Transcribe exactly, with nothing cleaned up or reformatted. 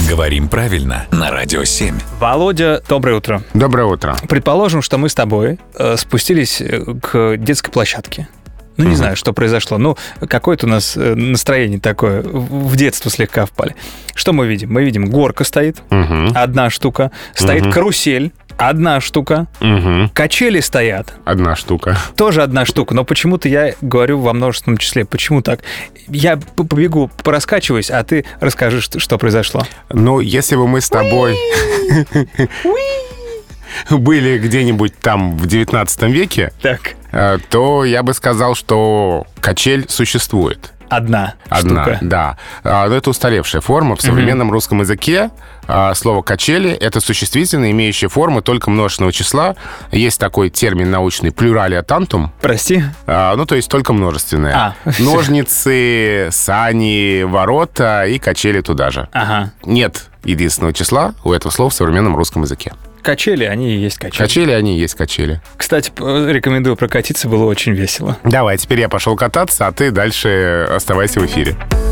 Говорим правильно на Радио семь. Володя, доброе утро. Доброе утро. Предположим, что мы с тобой э, спустились к детской площадке. Ну, не угу. знаю, что произошло. Ну, какое-то у нас настроение такое. В детство слегка впали. Что мы видим? Мы видим, горка стоит, угу. одна штука. Стоит угу. карусель, одна штука. Угу. Качели стоят. Одна штука. Тоже одна штука. Но почему-то я говорю во множественном числе. Почему так? Я побегу, пораскачиваюсь, а ты расскажи, что, что произошло. Ну, если бы мы с тобой... были где-нибудь там в девятнадцатом веке, так. то я бы сказал, что качель существует. Одна, Одна штука. Да. Но это устаревшая форма. В современном угу. русском языке слово «качели» — это существительное, имеющее форму только множественного числа. Есть такой термин научный «плюралия тантум». Прости? А, ну, то есть только множественное. А. Ножницы, сани, ворота и качели туда же. Ага. Нет единственного числа у этого слова в современном русском языке. Качели, они и есть качели. Качели, они и есть качели. Кстати, рекомендую прокатиться, было очень весело. Давай, теперь я пошел кататься, а ты дальше оставайся в эфире.